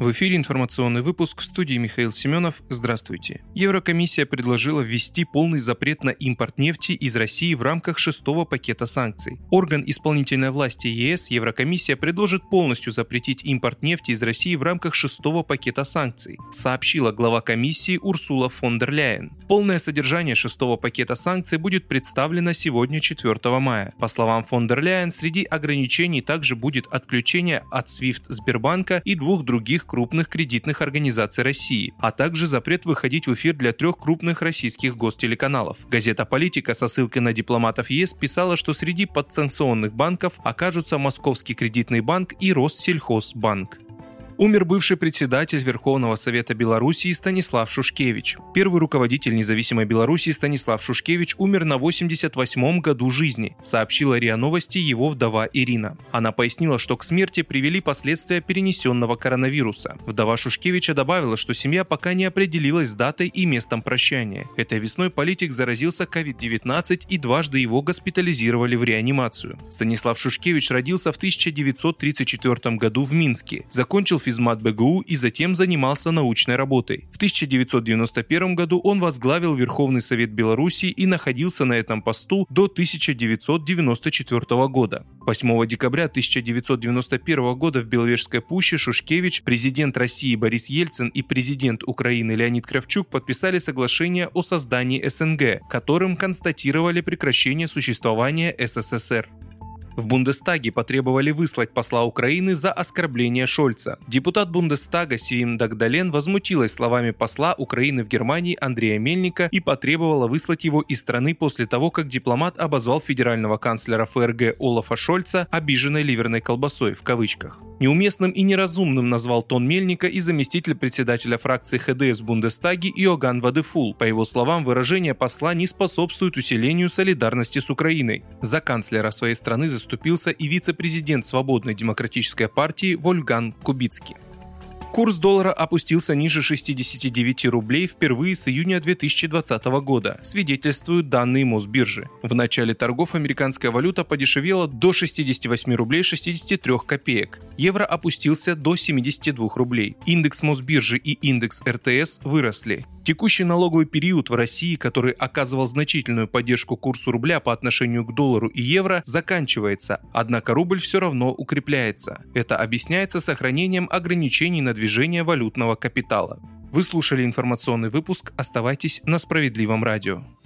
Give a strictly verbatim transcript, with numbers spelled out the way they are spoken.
В эфире информационный выпуск, в студии Михаил Семенов. Здравствуйте. Еврокомиссия предложила ввести полный запрет на импорт нефти из России в рамках шестого пакета санкций. Орган исполнительной власти ЕС Еврокомиссия предложит полностью запретить импорт нефти из России в рамках шестого пакета санкций, сообщила глава комиссии Урсула фон дер Ляйен. Полное содержание шестого пакета санкций будет представлено сегодня, четвёртого мая. По словам фон дер Ляйен, среди ограничений также будет отключение от свифт Сбербанка и двух других крупных кредитных организаций России, а также запрет выходить в эфир для трех крупных российских гостелеканалов. Газета «Политика» со ссылкой на дипломатов ЕС писала, что среди подсанкционных банков окажутся Московский кредитный банк и Россельхозбанк. Умер бывший председатель Верховного Совета Белоруссии Станислав Шушкевич. Первый руководитель независимой Белоруссии Станислав Шушкевич умер на восемьдесят восьмом году жизни, сообщила РИА Новости его вдова Ирина. Она пояснила, что к смерти привели последствия перенесенного коронавируса. Вдова Шушкевича добавила, что семья пока не определилась с датой и местом прощания. Этой весной политик заразился ковид девятнадцать и дважды его госпитализировали в реанимацию. Станислав Шушкевич родился в тысяча девятьсот тридцать четвёртом году в Минске, закончил физмат БГУ и затем занимался научной работой. В тысяча девятьсот девяносто первом году он возглавил Верховный Совет Беларуси и находился на этом посту до тысяча девятьсот девяносто четвёртого года. восьмого декабря тысяча девятьсот девяносто первого года в Беловежской пуще Шушкевич, президент России Борис Ельцин и президент Украины Леонид Кравчук подписали соглашение о создании СНГ, которым констатировали прекращение существования СССР. В Бундестаге потребовали выслать посла Украины за оскорбление Шольца. Депутат Бундестага Сивим Дагдален возмутилась словами посла Украины в Германии Андрея Мельника и потребовала выслать его из страны после того, как дипломат обозвал федерального канцлера ФРГ Олафа Шольца «обиженной ливерной колбасой» в кавычках. Неуместным и неразумным назвал тон Мельника и заместитель председателя фракции ХДС в Бундестаге Иоганн Вадефул. По его словам, выражение посла не способствует усилению солидарности с Украиной. За канцлера своей страны заступился и вице-президент Свободной демократической партии Вольфганг Кубицкий. Курс доллара опустился ниже шестидесяти девяти рублей впервые с июня две тысячи двадцатого года, свидетельствуют данные Мосбиржи. В начале торгов американская валюта подешевела до шестидесяти восьми рублей шестидесяти трёх копеек. Евро опустился до семидесяти двух рублей. Индекс Мосбиржи и индекс эр тэ эс выросли. Текущий налоговый период в России, который оказывал значительную поддержку курсу рубля по отношению к доллару и евро, заканчивается, однако рубль все равно укрепляется. Это объясняется сохранением ограничений на движение валютного капитала. Вы слушали информационный выпуск. Оставайтесь на Справедливом радио.